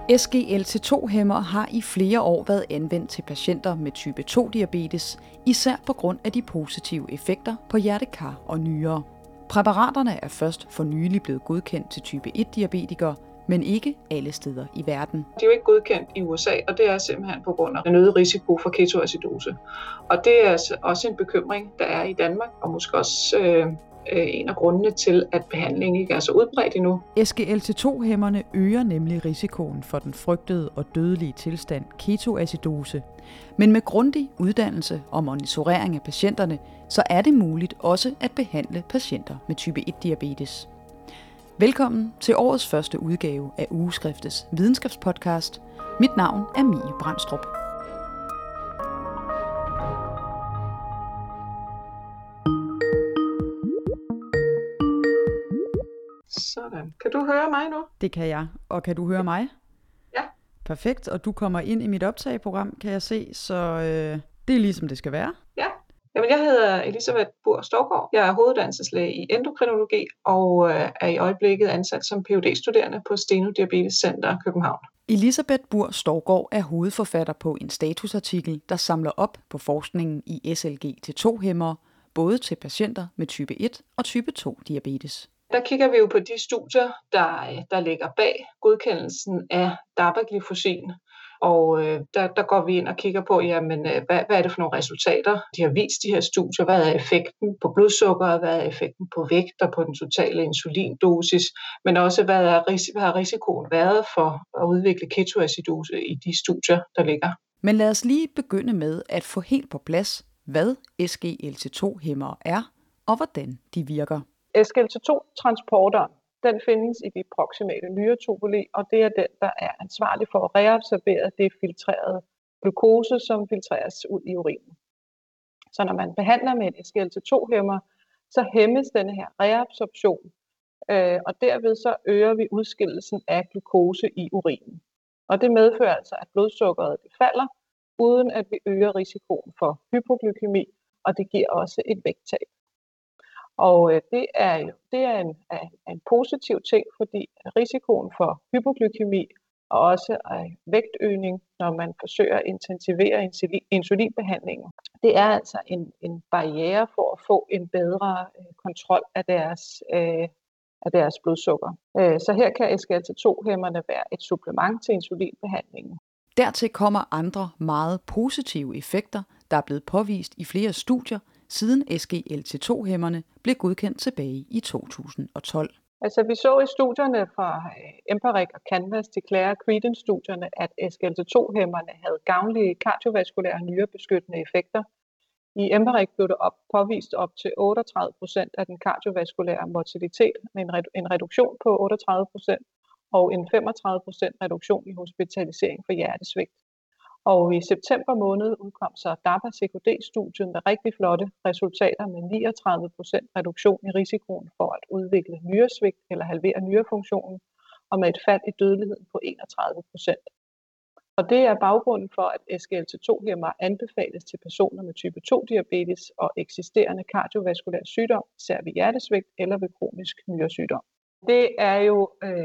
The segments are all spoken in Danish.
SGLT2-hæmmer har i flere år været anvendt til patienter med type 2-diabetes, især på grund af de positive effekter på hjertekar og nyrer. Præparaterne er først for nylig blevet godkendt til type 1-diabetikere, men ikke alle steder i verden. De er jo ikke godkendt i USA, og det er simpelthen på grund af en øget risiko for ketoacidose. Og det er altså også en bekymring, der er i Danmark, og måske også en af grundene til, at behandlingen ikke er så udbredt endnu. SGLT2-hæmmerne øger nemlig risikoen for den frygtede og dødelige tilstand ketoacidose. Men med grundig uddannelse og monitorering af patienterne, så er det muligt også at behandle patienter med type 1-diabetes. Velkommen til årets første udgave af Ugeskriftets videnskabspodcast. Mit navn er Mie Brandstrup. Sådan. Kan du høre mig nu? Det kan jeg. Og kan du høre mig? Ja. Perfekt. Og du kommer ind i mit optageprogram, kan jeg se. Så det er ligesom det skal være. Ja. Jamen, jeg hedder Elisabeth Buhr Stougaard. Jeg er hoveduddannelseslæge i endokrinologi og er i øjeblikket ansat som Ph.D.-studerende på Steno Diabetes Center København. Elisabeth Buhr Stougaard er hovedforfatter på en statusartikel, der samler op på forskningen i SGLT2-hæmmere, både til patienter med type 1 og type 2-diabetes. Der kigger vi jo på de studier, der ligger bag godkendelsen af dapagliflozin. Og der går vi ind og kigger på, jamen, hvad er det for nogle resultater, de har vist de her studier. Hvad er effekten på blodsukker, hvad er effekten på vægt og på den totale insulindosis, men også hvad har risikoen været for at udvikle ketoacidose i de studier, der ligger. Men lad os lige begynde med at få helt på plads, hvad SGLT2-hæmmere er og hvordan de virker. SGLT2-transporteren, den findes i de proximale nyretubuli, og det er den, der er ansvarlig for at reabsorbere det filtrerede glukose, som filtreres ud i urinen. Så når man behandler med en SGLT2-hæmmer, så hæmmes denne her reabsorption, og derved så øger vi udskillelsen af glukose i urinen. Og det medfører altså, at blodsukkeret falder, uden at vi øger risikoen for hypoglykemi, og det giver også et vægttab. Og det er en positiv ting, fordi risikoen for hypoglykemi og også vægtøgning, når man forsøger at intensivere insulinbehandlingen, det er altså en barriere for at få en bedre kontrol af deres blodsukker. Så her kan SGLT2-hæmmerne være et supplement til insulinbehandlingen. Dertil kommer andre meget positive effekter, der er blevet påvist i flere studier, siden SGLT2-hæmmerne blev godkendt tilbage i 2012. Altså vi så i studierne fra EMPA-REG og CANVAS, Declare Credence-studierne, at SGLT2-hæmmerne havde gavnlige kardiovaskulære nyrebeskyttende effekter. I EMPA-REG blev det påvist op til 38% af den kardiovaskulære mortalitet, med en reduktion på 38% og en 35% reduktion i hospitalisering for hjertesvigt. Og i september måned udkom så DAPA-CKD-studien med rigtig flotte resultater med 39% reduktion i risikoen for at udvikle nyresvigt eller halvere nyrefunktionen, og med et fald i dødeligheden på 31%. Og det er baggrunden for, at SGLT2-hæmmer anbefales til personer med type 2-diabetes og eksisterende kardiovaskulær sygdom, især ved hjertesvigt eller ved kronisk nyresygdom. Det er jo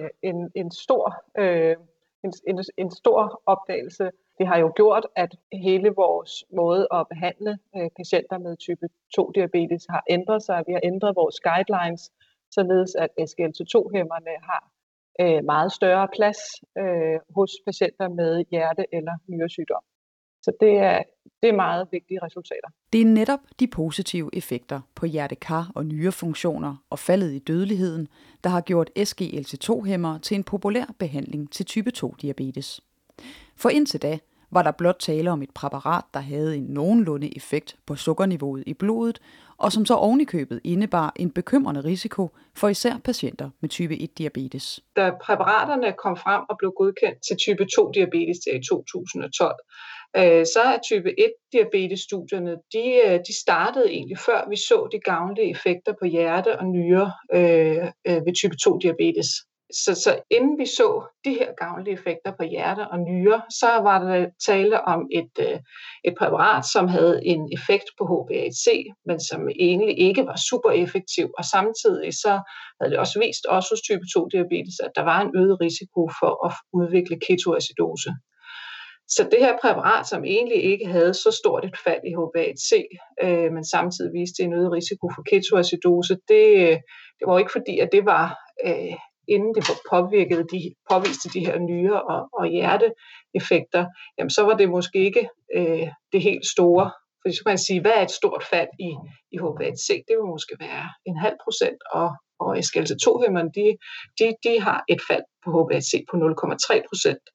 en stor opdagelse. Det har jo gjort, at hele vores måde at behandle patienter med type 2-diabetes har ændret sig. Vi har ændret vores guidelines, således at SGLT2-hæmmerne har meget større plads hos patienter med hjerte- eller nyresygdom. Så det er meget vigtige resultater. Det er netop de positive effekter på hjertekar- og nyrefunktioner og faldet i dødeligheden, der har gjort SGLT2-hæmmere til en populær behandling til type 2-diabetes. For indtil da var der blot tale om et præparat, der havde en nogenlunde effekt på sukkerniveauet i blodet, og som så ovenikøbet indebar en bekymrende risiko for især patienter med type 1-diabetes. Da præparaterne kom frem og blev godkendt til type 2-diabetes i 2012, så er type 1-diabetes-studierne, de startede egentlig før vi så de gavnlige effekter på hjerte og nyre ved type 2-diabetes. Så inden vi så de her gavnlige effekter på hjerte og nyre, så var der tale om et præparat, som havde en effekt på HbA1c, men som egentlig ikke var super effektiv. Og samtidig så havde det også vist os hos type 2-diabetes, at der var en øget risiko for at udvikle ketoacidose. Så det her præparat, som egentlig ikke havde så stort et fald i HbA1c, men samtidig viste en øget risiko for ketoacidose, det var ikke fordi, at det var, inden det påviste de her nyre- og hjerteeffekter, jamen så var det måske ikke det helt store. For så kan man sige, hvad er et stort fald i HbA1c? Det vil måske være 0,5%, og SGLT2-hæmmerne, de har et fald på HbA1c på 0,3%.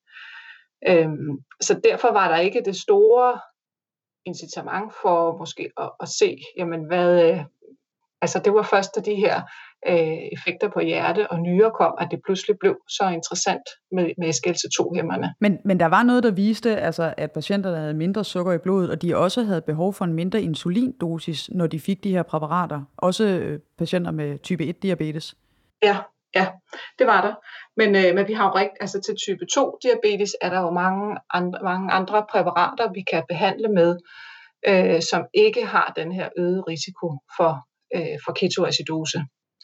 Så derfor var der ikke det store incitament for måske at se, jamen altså det var først, da de her effekter på hjerte og nyre kom, at det pludselig blev så interessant med SGLT2-hæmmerne. Men der var noget, der viste, altså, at patienterne havde mindre sukker i blodet, og de også havde behov for en mindre insulindosis, når de fik de her præparater. Også patienter med type 1-diabetes. Ja, det var der. Men vi har jo altså til type 2-diabetes er der jo mange andre præparater, vi kan behandle med, som ikke har den her øgede risiko for ketoacidose.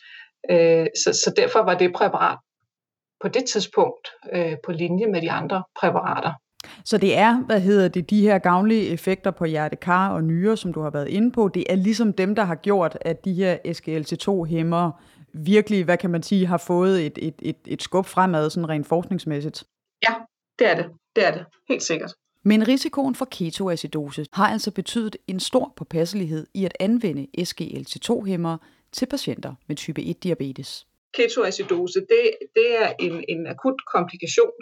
Så derfor var det præparat på det tidspunkt på linje med de andre præparater. Så det er, de her gavnlige effekter på hjerte-kar og nyre, som du har været inde på, det er ligesom dem, der har gjort, at de her SGLT2-hæmmere virkelig, hvad kan man sige, har fået et skub fremad, sådan rent forskningsmæssigt? Ja, det er det. Helt sikkert. Men risikoen for ketoacidose har altså betydet en stor påpasselighed i at anvende SGLT2-hæmmere til patienter med type 1-diabetes. Ketoacidose, det er en akut komplikation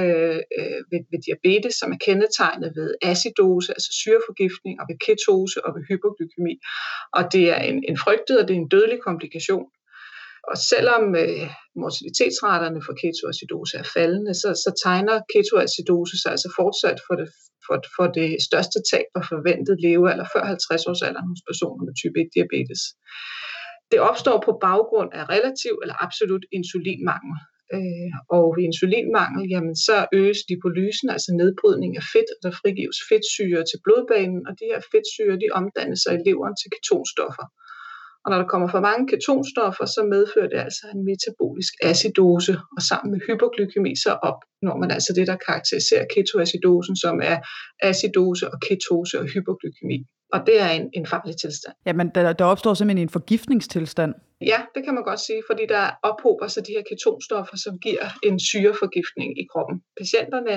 ved diabetes, som er kendetegnet ved acidose, altså syreforgiftning, og ved ketose og ved hypoglykemi. Og det er en frygtet, og det er en dødelig komplikation. Og selvom mortalitetsraterne for ketoacidose er faldende, så tegner ketoacidose sig altså fortsat for det største tab af forventet levealder før 50-årsalderen hos personer med type 1-diabetes. Det opstår på baggrund af relativ eller absolut insulinmangel. Og ved insulinmangel, jamen, så øges lipolysen, altså nedbrydning af fedt, der frigives fedtsyre til blodbanen, og de her fedtsyre, de omdanner sig i leveren til ketonstoffer. Og når der kommer for mange ketonstoffer, så medfører det altså en metabolisk acidose, og sammen med hypoglykemi, så opnår man altså det, der karakteriserer ketoacidosen, som er acidose og ketose og hypoglykemi. Og det er en farlig tilstand. Jamen, der opstår simpelthen en forgiftningstilstand. Ja, det kan man godt sige, fordi der ophober sig de her ketonstoffer, som giver en syreforgiftning i kroppen. Patienterne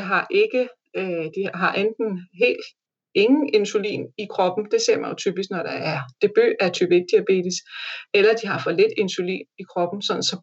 de har enten helt ingen insulin i kroppen, det ser man jo typisk, når der er debut af type 1-diabetes, eller de har for lidt insulin i kroppen, sådan så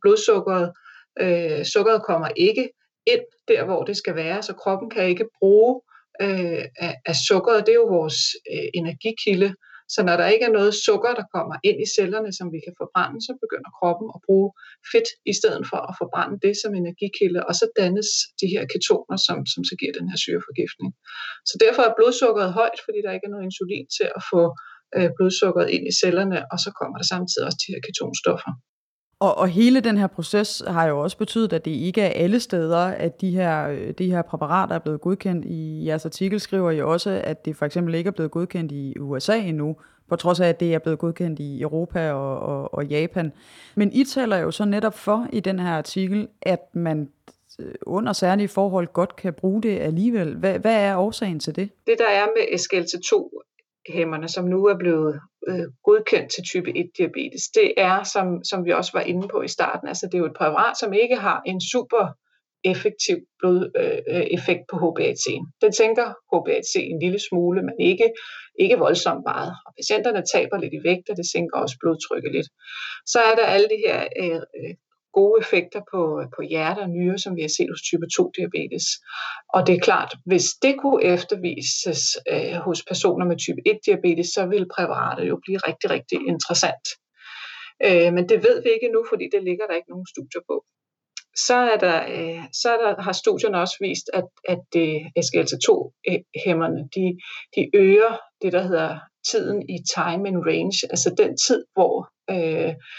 sukkeret kommer ikke ind der, hvor det skal være, så kroppen kan ikke bruge af sukkeret. Det er jo vores energikilde, så når der ikke er noget sukker, der kommer ind i cellerne, som vi kan forbrænde, så begynder kroppen at bruge fedt i stedet for at forbrænde det som energikilde, og så dannes de her ketoner, som så giver den her syreforgiftning. Så derfor er blodsukkeret højt, fordi der ikke er noget insulin til at få blodsukkeret ind i cellerne, og så kommer der samtidig også de her ketonstoffer. Og hele den her proces har jo også betydet, at det ikke er alle steder, at de her præparater er blevet godkendt. I jeres artikel skriver I også, at det for eksempel ikke er blevet godkendt i USA endnu, på trods af, at det er blevet godkendt i Europa og Japan. Men I taler jo så netop for i den her artikel, at man under særlige forhold godt kan bruge det alligevel. Hvad er årsagen til det? Det, der er med SGLT2-hæmmerne, som nu er blevet godkendt til type 1-diabetes, det er, som vi også var inde på i starten, altså det er jo et præparat, som ikke har en super effektiv effekt på HbA1c. Den sænker HbA1c en lille smule, men ikke voldsomt meget. Og patienterne taber lidt i vægt, og det sænker også blodtrykket lidt. Så er der alle de her gode effekter på hjerte og nyre, som vi har set hos type 2-diabetes. Og det er klart, hvis det kunne eftervises hos personer med type 1-diabetes, så ville præparatet jo blive rigtig, rigtig interessant. Men det ved vi ikke endnu, fordi det ligger der ikke nogen studier på. Så har studierne også vist, at SGLT2-hæmmerne, de øger det, der hedder tiden i time in range, altså den tid, hvor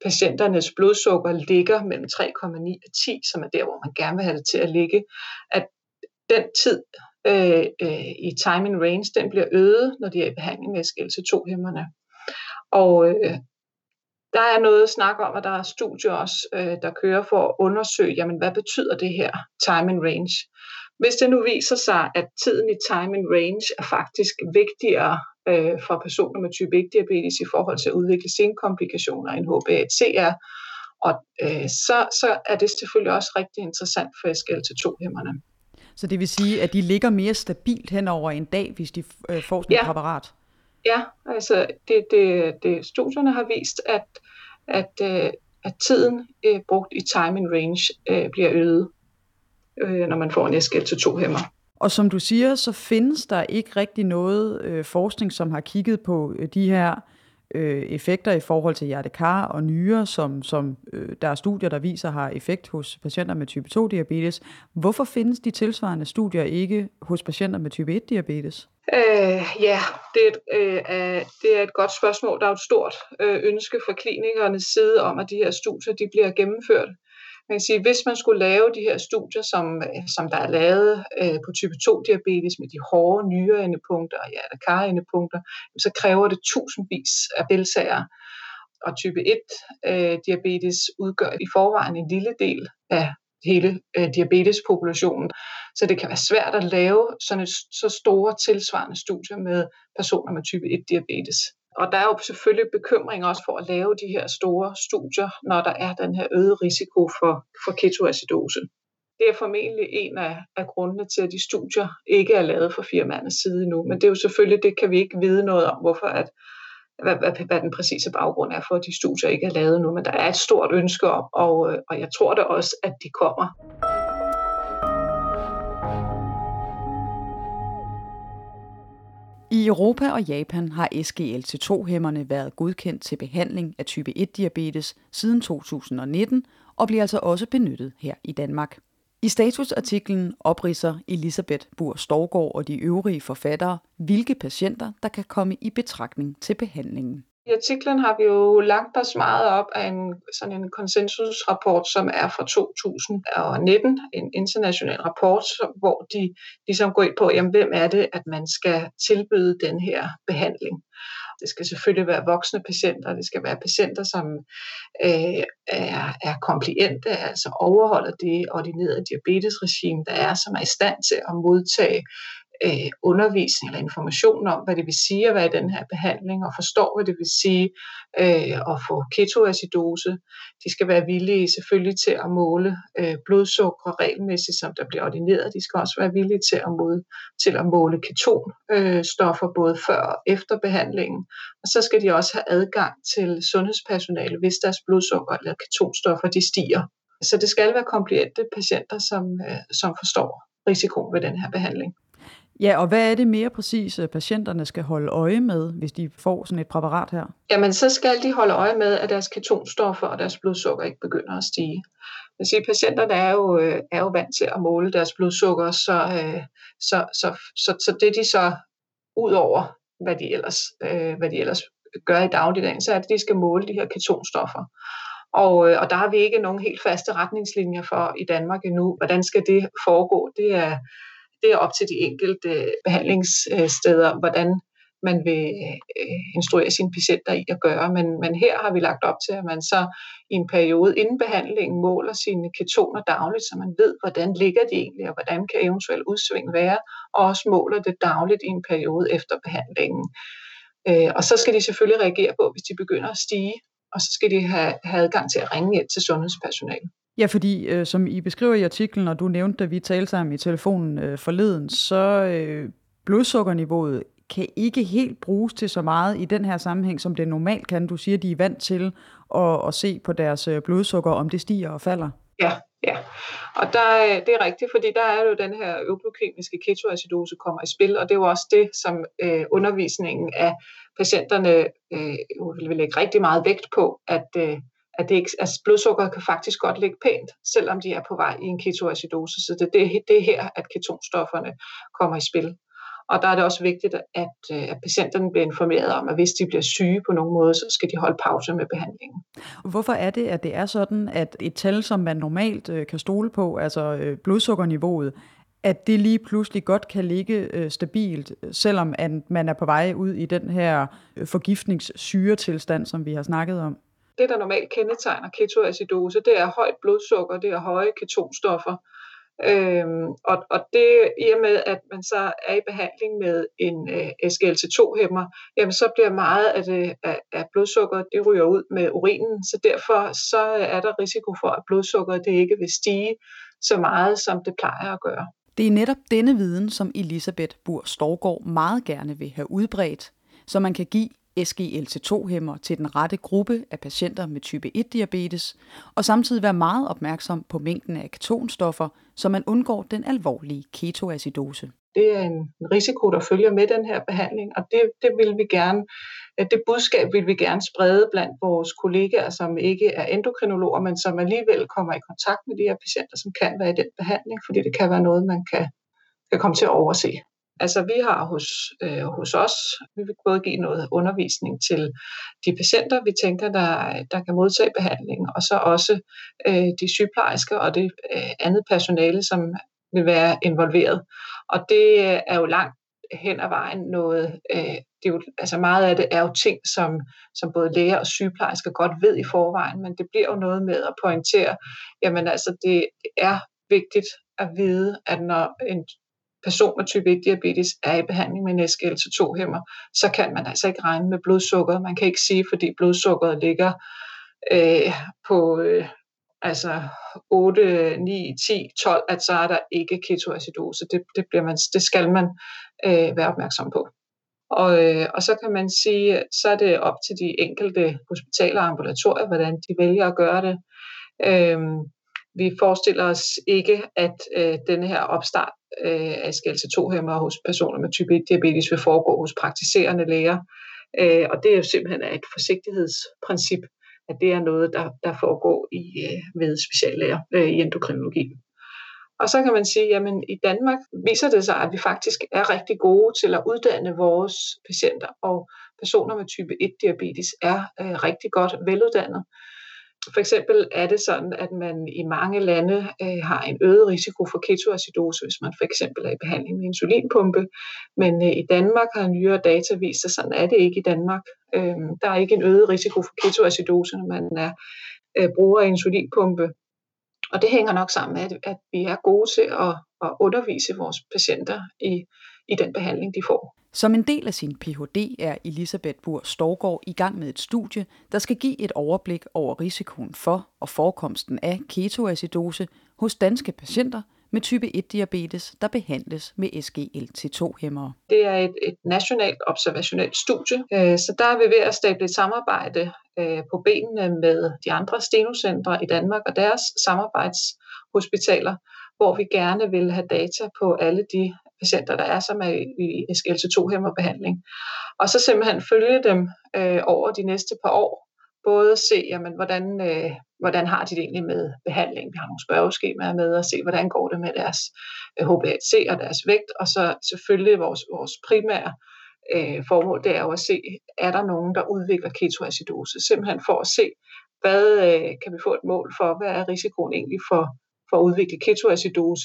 patienternes blodsukker ligger mellem 3,9 og 10, som er der, hvor man gerne vil have det til at ligge, at den tid i time in range, den bliver øget, når de er i behandling med SGLT2-hæmmerne. Og der er noget snak om, at der er studier også, der kører for at undersøge, jamen hvad betyder det her time in range? Hvis det nu viser sig, at tiden i time in range er faktisk vigtigere for personer med type 1-diabetes i forhold til at udvikle senkomplikationer end HbA1c, og så er det selvfølgelig også rigtig interessant for SGLT2-hæmmerne. Så det vil sige, at de ligger mere stabilt hen over en dag, hvis de får sådan et præparat? Ja, altså studierne har vist, at tiden brugt i time in range bliver øget, når man får en SGLT2-hæmmer. Og som du siger, så findes der ikke rigtig noget forskning, som har kigget på de her effekter i forhold til hjertekar og nyrer, som der er studier, der viser har effekt hos patienter med type 2-diabetes. Hvorfor findes de tilsvarende studier ikke hos patienter med type 1-diabetes? Det er et godt spørgsmål. Der er et stort ønske fra klinikernes side om, at de her studier de bliver gennemført. Man kan sige, hvis man skulle lave de her studier, som der er lavet på type 2-diabetes med de hårde nyreendepunkter og hjertekar-endepunkter, så kræver det tusindvis af deltagere. Og type 1-diabetes udgør i forvejen en lille del af hele diabetespopulationen. Så det kan være svært at lave sådan et så store tilsvarende studie med personer med type 1-diabetes. Og der er jo selvfølgelig bekymring også for at lave de her store studier, når der er den her øgede risiko for ketoacidose. Det er formentlig en af grundene til, at de studier ikke er lavet fra firmaernes side nu. Men det er jo selvfølgelig, det kan vi ikke vide noget om, hvad den præcise baggrund er for, at de studier ikke er lavet nu. Men der er et stort ønske om, og jeg tror da også, at de kommer. I Europa og Japan har SGLT2-hæmmerne været godkendt til behandling af type 1-diabetes siden 2019 og bliver altså også benyttet her i Danmark. I statusartiklen opridser Elisabeth Buhr-Stougaard og de øvrige forfattere, hvilke patienter, der kan komme i betragtning til behandlingen. I artiklen har vi jo lagt os meget op af en konsensusrapport, som er fra 2019, en international rapport, hvor de ligesom går ind på, jamen, hvem er det, at man skal tilbyde den her behandling. Det skal selvfølgelig være voksne patienter, det skal være patienter, som er kompliente, altså overholder det ordinerede diabetesregime, der er, som er i stand til at modtage undervisning eller information om, hvad det vil sige at være i den her behandling, og forstår, hvad det vil sige at få ketoacidose. De skal være villige selvfølgelig til at måle blodsukker regelmæssigt, som der bliver ordineret. De skal også være villige til at måle ketonstoffer både før og efter behandlingen. Og så skal de også have adgang til sundhedspersonale, hvis deres blodsukker eller ketonstoffer de stiger. Så det skal være kompliente patienter, som forstår risikoen ved den her behandling. Ja, og hvad er det mere præcis, patienterne skal holde øje med, hvis de får sådan et præparat her? Jamen, så skal de holde øje med, at deres ketonstoffer og deres blodsukker ikke begynder at stige. Jeg siger, patienterne er jo vant til at måle deres blodsukker, så det de så ud over, hvad de ellers gør i dagligdagen, så er det, at de skal måle de her ketonstoffer. Og der har vi ikke nogen helt faste retningslinjer for i Danmark endnu. Hvordan skal det foregå? Det er op til de enkelte behandlingssteder, hvordan man vil instruere sine patienter i at gøre. Men her har vi lagt op til, at man så i en periode inden behandlingen måler sine ketoner dagligt, så man ved, hvordan ligger de egentlig, og hvordan kan eventuelt udsving være, og også måler det dagligt i en periode efter behandlingen. Og så skal de selvfølgelig reagere på, hvis de begynder at stige, og så skal de have adgang til at ringe ind til sundhedspersonale. Ja, fordi som I beskriver i artiklen, og du nævnte, da vi talte sammen i telefonen forleden, så blodsukkerniveauet kan ikke helt bruges til så meget i den her sammenhæng, som det normalt kan. Du siger, de er vant til at se på deres blodsukker, om det stiger og falder. Ja. Og det er rigtigt, fordi der er jo den her euglykemiske ketoacidose kommer i spil, og det er jo også det, som undervisningen af patienterne vil lægge rigtig meget vægt på, at blodsukkeret kan faktisk godt ligge pænt, selvom de er på vej i en ketoacidose. Så det er her, at ketonstofferne kommer i spil. Og der er det også vigtigt, at patienterne bliver informeret om, at hvis de bliver syge på nogen måde, så skal de holde pause med behandlingen. Hvorfor er det, at det er sådan, at et tal, som man normalt kan stole på, altså blodsukkerniveauet, at det lige pludselig godt kan ligge stabilt, selvom at man er på vej ud i den her forgiftningssyretilstand, som vi har snakket om? Det, der normalt kendetegner ketoacidose, det er højt blodsukker, det er høje ketonstoffer. Og det i og med, at man så er i behandling med en SGLT2-hæmmer, jamen så bliver meget af blodsukkeret, det ryger ud med urinen. Så derfor så er der risiko for, at blodsukkeret det ikke vil stige så meget, som det plejer at gøre. Det er netop denne viden, som Elisabeth Buhr Stougaard meget gerne vil have udbredt, så man kan give SGLT2-hæmmer til den rette gruppe af patienter med type 1-diabetes, og samtidig være meget opmærksom på mængden af ketonstoffer, så man undgår den alvorlige ketoacidose. Det er en risiko, der følger med den her behandling, og det budskab vil vi gerne sprede blandt vores kollegaer, som ikke er endokrinologer, men som alligevel kommer i kontakt med de her patienter, som kan være i den behandling, fordi det kan være noget, man kan komme til at overse. Altså vi har hos os, vi vil både give noget undervisning til de patienter, vi tænker, der kan modtage behandlingen, og så også de sygeplejersker og det andet personale, som vil være involveret. Og det er jo langt hen ad vejen noget, det er jo, altså meget af det er jo ting, som både læger og sygeplejersker godt ved i forvejen, men det bliver jo noget med at pointere, jamen altså det er vigtigt at vide, at når en person med type 1-diabetes er i behandling med en SGLT2-hæmmer, så kan man altså ikke regne med blodsukker. Man kan ikke sige, fordi blodsukkeret ligger på 8, 9, 10, 12, at så er der ikke ketoacidose. Det skal man være opmærksom på. Og så kan man sige, så er det op til de enkelte hospitaler og ambulatorier, hvordan de vælger at gøre det. Vi forestiller os ikke, at denne her opstart af SGLT2-hæmmer hos personer med type 1-diabetes vil foregå hos praktiserende læger. Og det er jo simpelthen et forsigtighedsprincip, at det er noget, der foregår ved speciallæger i endokrinologi. Og så kan man sige, jamen i Danmark viser det sig, at vi faktisk er rigtig gode til at uddanne vores patienter, og personer med type 1-diabetes er rigtig godt veluddannet. For eksempel er det sådan, at man i mange lande har en øget risiko for ketoacidose, hvis man for eksempel er i behandling med insulinpumpe. Men i Danmark har nyere data vist, at sådan er det ikke i Danmark. Der er ikke en øget risiko for ketoacidose, når man er bruger af insulinpumpe. Og det hænger nok sammen med, at vi er gode til at undervise vores patienter i den behandling, de får. Som en del af sin Ph.D. er Elisabeth Buhr Stougaard i gang med et studie, der skal give et overblik over risikoen for og forekomsten af ketoacidose hos danske patienter med type 1-diabetes, der behandles med SGLT2-hæmmere. Det er et nationalt observationelt studie, så der er vi ved at stable et samarbejde på benene med de andre stenocentre i Danmark og deres samarbejdshospitaler, hvor vi gerne vil have data på alle de patienter, der er, som er i SGLT2-hæmmerbehandling. Og så simpelthen følge dem over de næste par år. Både se, jamen, hvordan har de det egentlig med behandling. Vi har nogle spørgeskemaer med og se, hvordan går det med deres HbA1c og deres vægt. Og så selvfølgelig vores primære formål, det er jo at se, er der nogen, der udvikler ketoacidose. Simpelthen for at se, hvad kan vi få et mål for, hvad er risikoen egentlig for at udvikle ketoacidose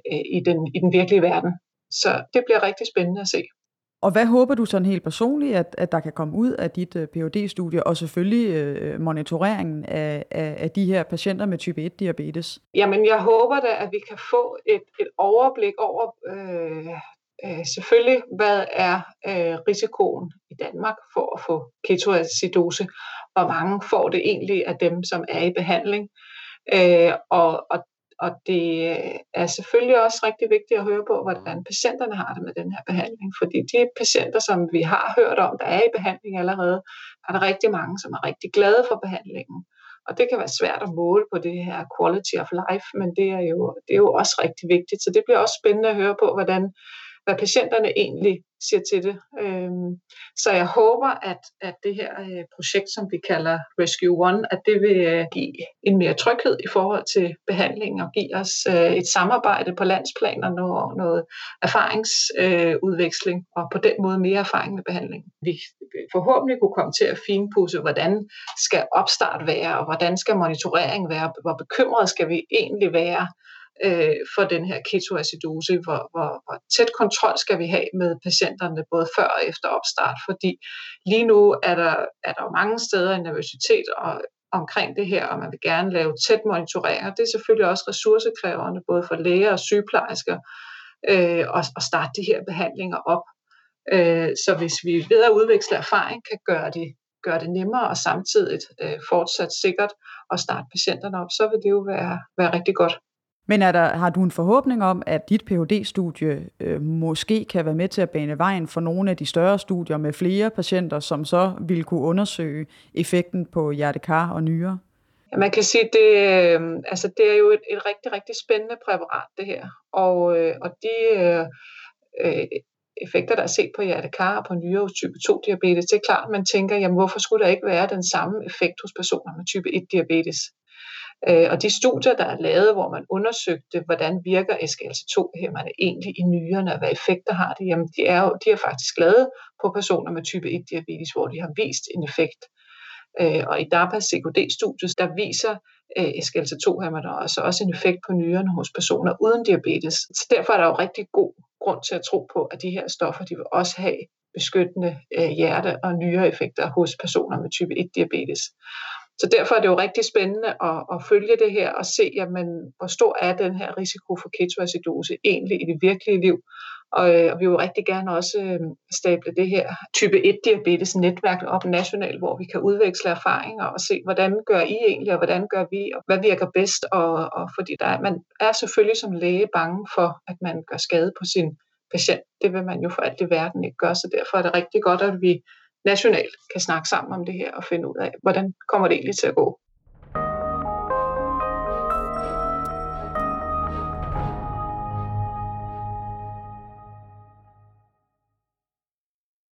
i den virkelige verden. Så det bliver rigtig spændende at se. Og hvad håber du sådan helt personligt, at der kan komme ud af dit Ph.D.-studie, og selvfølgelig monitoreringen af de her patienter med type 1-diabetes? Jamen, jeg håber da, at vi kan få et overblik over selvfølgelig, hvad er risikoen i Danmark for at få ketoacidose. Hvor mange får det egentlig af dem, som er i behandling? Og det er selvfølgelig også rigtig vigtigt at høre på, hvordan patienterne har det med den her behandling. Fordi de patienter, som vi har hørt om, der er i behandling allerede, er der rigtig mange, som er rigtig glade for behandlingen. Og det kan være svært at måle på det her quality of life, men det er jo også rigtig vigtigt. Så det bliver også spændende at høre på, hvad patienterne egentlig siger til det. Så jeg håber, at det her projekt, som vi kalder Rescue One, at det vil give en mere tryghed i forhold til behandlingen og give os et samarbejde på landsplan og noget erfaringsudveksling, og på den måde mere erfaring med behandlingen. Vi forhåbentlig kunne komme til at finpudse, hvordan skal opstart være, og hvordan skal monitorering være, hvor bekymret skal vi egentlig være for den her ketoacidose, hvor tæt kontrol skal vi have med patienterne, både før og efter opstart, fordi lige nu er der jo mange steder en nervøsitet omkring det her, og man vil gerne lave tæt monitorering, og det er selvfølgelig også ressourcekrævende, både for læger og sygeplejersker, at starte de her behandlinger op. Så hvis vi ved at udveksle erfaring kan gøre det nemmere og samtidig fortsat sikkert at starte patienterne op, så vil det jo være rigtig godt. Men har du en forhåbning om, at dit Ph.D.-studie måske kan være med til at bane vejen for nogle af de større studier med flere patienter, som så vil kunne undersøge effekten på hjertekar og nyrer? Man kan sige, at det er jo et rigtig, rigtig spændende præparat, det her. Og de effekter, der er set på hjertekar og på nyrer hos type 2-diabetes, det er klart, man tænker, jamen hvorfor skulle der ikke være den samme effekt hos personer med type 1-diabetes? Og de studier, der er lavet, hvor man undersøgte, hvordan virker SGLT2-hæmmerne egentlig i nyrerne, og hvad effekter har de, jamen de er faktisk lavet på personer med type 1-diabetes, hvor de har vist en effekt. Og i DAPA CKD-studiet, der viser SGLT2-hæmmerne også en effekt på nyrerne hos personer uden diabetes. Så derfor er der jo rigtig god grund til at tro på, at de her stoffer, de vil også have beskyttende hjerte- og nyreeffekter hos personer med type 1-diabetes. Så derfor er det jo rigtig spændende at følge det her og se, jamen, hvor stor er den her risiko for ketoacidose egentlig i det virkelige liv. Og vi vil jo rigtig gerne også stable det her type 1-diabetes netværk op nationalt, hvor vi kan udveksle erfaringer og se, hvordan gør I egentlig, og hvordan gør vi, og hvad virker bedst. Og fordi man er selvfølgelig som læge bange for, at man gør skade på sin patient. Det vil man jo for alt i verden ikke gøre, så derfor er det rigtig godt, at vi nationalt kan snakke sammen om det her og finde ud af, hvordan kommer det egentlig til at gå.